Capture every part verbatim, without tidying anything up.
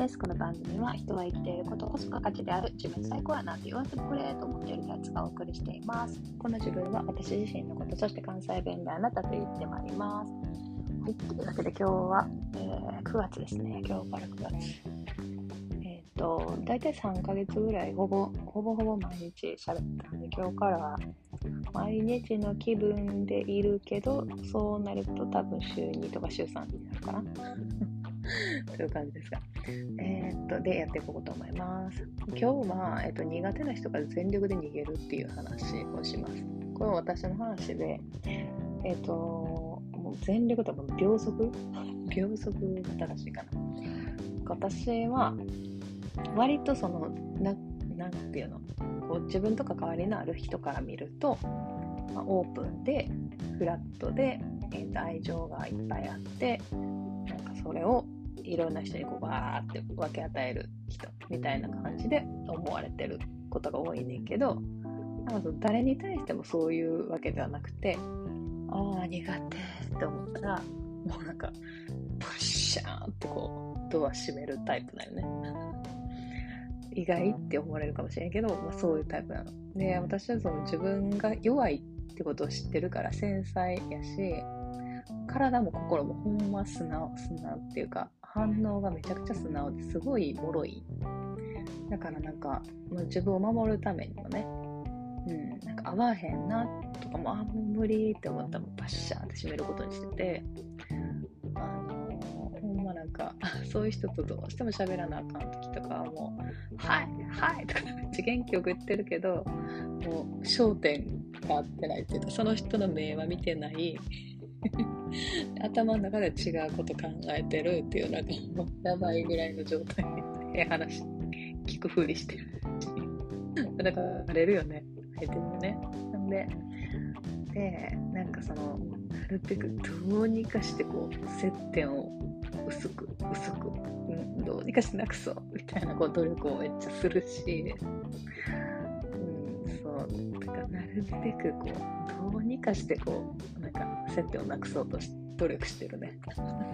です。この番組は人は生きていることこそが価値である。自分最高やなんて言わせてくれと思っているやつがお送りしています。この自分は私自身のこと、そして関西弁であなたと言ってまいります。はい、というわけで今日は、えー、くがつですね。今日からくがつ。えっ、ー、と、だいたいさんかげつぐらいほぼほぼほぼ毎日喋ったんで、今日からは毎日の気分でいるけど、そうなると多分週にとか週さんになるかなという感じですが、えー、っとでやっていこうと思います。今日は、えー、っと苦手な人が全力で逃げるっていう話をします。これは私の話で、えー、っともう全力とか秒速秒速が正しいかな。私は割とそのななんていうのこう自分と関わりのある人から見ると、まあ、オープンでフラットで、えー、と愛情がいっぱいあって、なんかそれをいろんな人にこうバーって分け与える人みたいな感じで思われてることが多いねんけど、なんか誰に対してもそういうわけではなくて、ああ苦手って思ったらもうなんかプッシャーンってこうドア閉めるタイプだよね。意外って思われるかもしれんけど、まあ、そういうタイプなので、私はその自分が弱いってことを知ってるから繊細やし、体も心もほんま素直素直っていうか反応がめちゃくちゃ素直ですごい脆い。だからなんかもう自分を守るためにもね、うん、なんか合わへんなとかも、あもう無理って思ったらもうパッシャーって閉めることにしてて、あのー、ほんまなんかそういう人とどうしても喋らなあかん時とかはもうはいはいとかめっちゃ元気よく言ってるけど、もう焦点が合ってないっていうか、その人の目は見てない頭の中で違うこと考えてるっていう、なんかもうやばいぐらいの状態で話聞くふりしてるだからバレるよね相手にね。なんででなんかそのなるべくどうにかしてこう接点を薄く薄く、うん、どうにかしてなくそうみたいなこう努力をめっちゃするし、うん、そうだからなるべくこうどうにかしてこうなんか接点をなくそうとし努力してるね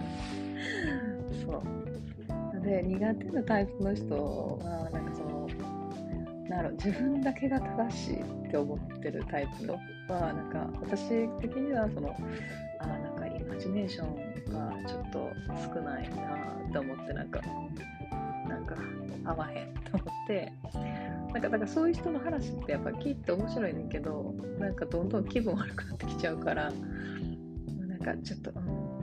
そうで、苦手なタイプの人はなんかそのなる自分だけが正しいって思ってるタイプのは、なんか私的にはそのあなんかイマジネーションがちょっと少ないなと思って、なんかなんか合わへんと思って、なんかだからそういう人の話ってやっぱ聞いて面白いねんけど、なんかどんどん気分悪くなってきちゃうから、なんかちょっと、うん、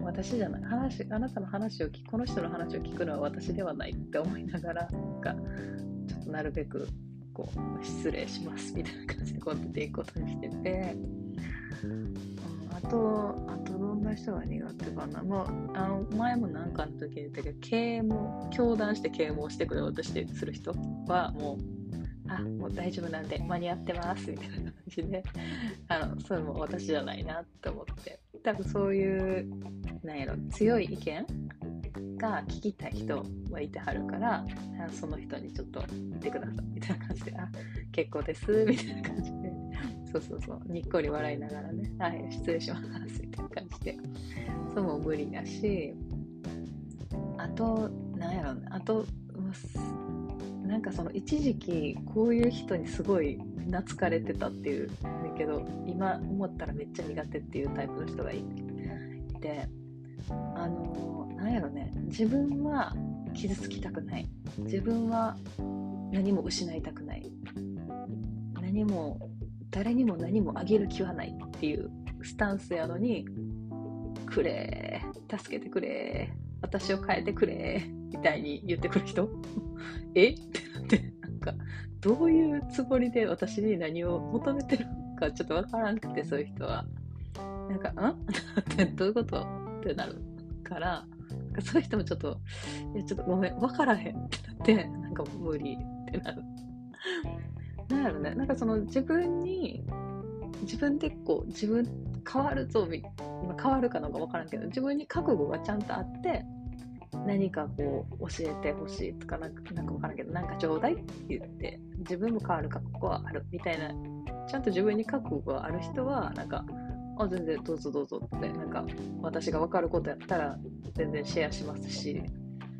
私じゃない話、あなたの話を聞この人の話を聞くのは私ではないって思いながら、なんかちょっとなるべくこう失礼しますみたいな感じでこう出ていくことにしてて、うん、あとあとどんな人が苦手かな。もうあの前も何かの時言ったけど、啓蒙教団して啓蒙してくれようとしてする人はもうあもう大丈夫なんで間に合ってますみたいな感じで、あのそれも私じゃないなって思って、多分そういうなんやろ強い意見が聞きたい人はいてはるから、その人にちょっと言ってくださいみたいな感じで、あ結構ですみたいな感じで、そうそうそうにっこり笑いながらね、はい失礼しますみたいな感じで、そうも無理だし、あとなんやろね、あとなんかその一時期こういう人にすごい懐かれてたっていうだけど、今思ったらめっちゃ苦手っていうタイプの人がいて、あのなんやろね、自分は傷つきたくない、自分は何も失いたくない、何も誰にも何もあげる気はないっていうスタンスやのに、くれ助けてくれ私を変えてくれみたいに言ってくる人えってなって、なんかどういうつもりで私に何を求めてるのかちょっとわからんくて、そういう人はなんかんってどういうことってなるから、そういう人もちょっといやちょっとごめん分からへんってなって、なんか無理ってなる。なんやろね、なんかその自分に自分でこう自分変わるぞみ変わるかどうか分からんけど、自分に覚悟がちゃんとあって、何かこう教えてほしいとかなんかなんか分からんけど、なんかちょうだいって言って自分も変わる覚悟はあるみたいな、ちゃんと自分に覚悟がある人はなんかあ全然どうぞどうぞって、なんか私が分かることやったら全然シェアしますし、なんか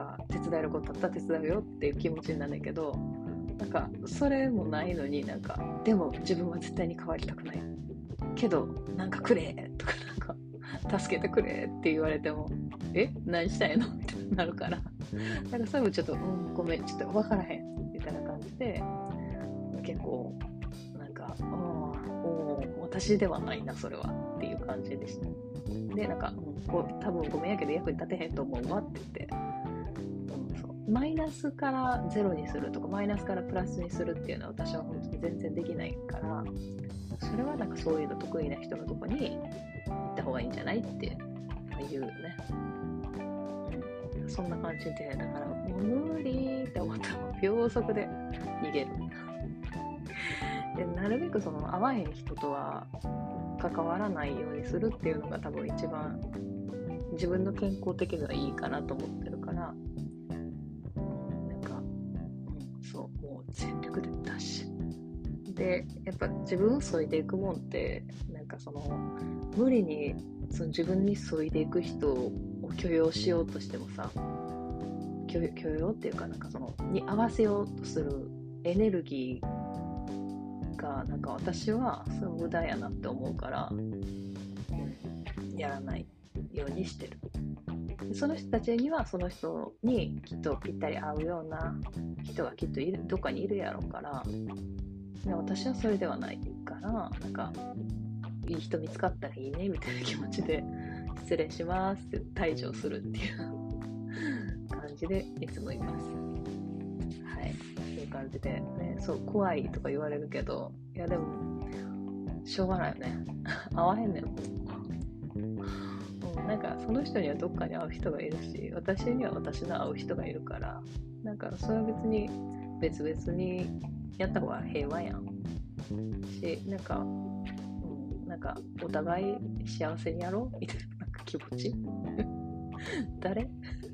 か手伝えることだったら手伝うよっていう気持ちになるんだけど、なんかそれもないのに、なんかでも自分は絶対に変わりたくないけどなんかくれとか、なんか助けてくれって言われても、え何したいのってなるから、なんかそれもちょっと、うん、ごめんちょっと分からへんみたいな感じで、結構なんか、あお私ではないなそれはっていう感じでした。で、なんか、うん、こう多分ごめんやけど役に立てへんと思うわって言って、うん、そうマイナスからゼロにするとかマイナスからプラスにするっていうのは私は本当に全然できないから、それはなんかそういうの得意な人のとこに行った方がいいんじゃないって言うよね。うん、そんな感じで、だからもう無理って思ったら秒速で逃げる。でなるべくその会わへん人とは関わらないようにするっていうのが多分一番自分の健康的にはいいかなと思ってるから、なんか、うん、そうもう全力でダッシュで、やっぱ自分を削いでいくもんって、なんかその無理にその自分に削いでいく人を許容しようとしてもさ、許, 許容っていうか、なんかそのに合わせようとするエネルギーがなんか私はその無駄やなって思うから、うん、やらないようにしてる。でその人たちにはその人にきっとぴったり合うような人がきっといる、どっかにいるやろうから、で私はそれではないから、なんかいい人見つかったらいいねみたいな気持ちで失礼しますって退場するっていう感じでいつもいます。はい、そういう感じでね、そう怖いとか言われるけど、いやでもしょうがないよね。合わへんねんもん。うん、なんかその人にはどっかに会う人がいるし、私には私の会う人がいるから、なんかそれは別に別々にやった方が平和やんし、なんか、うん、なんかお互い幸せにやろうみたいな、なんか気持ち誰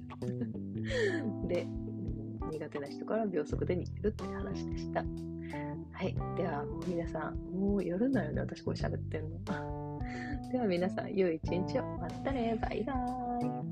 で、苦手な人から秒速で逃げるっていう話でした。はい、では皆さん、もう夜なので私これ喋ってんのでは皆さん、良い一日を。またね、バイバーイ。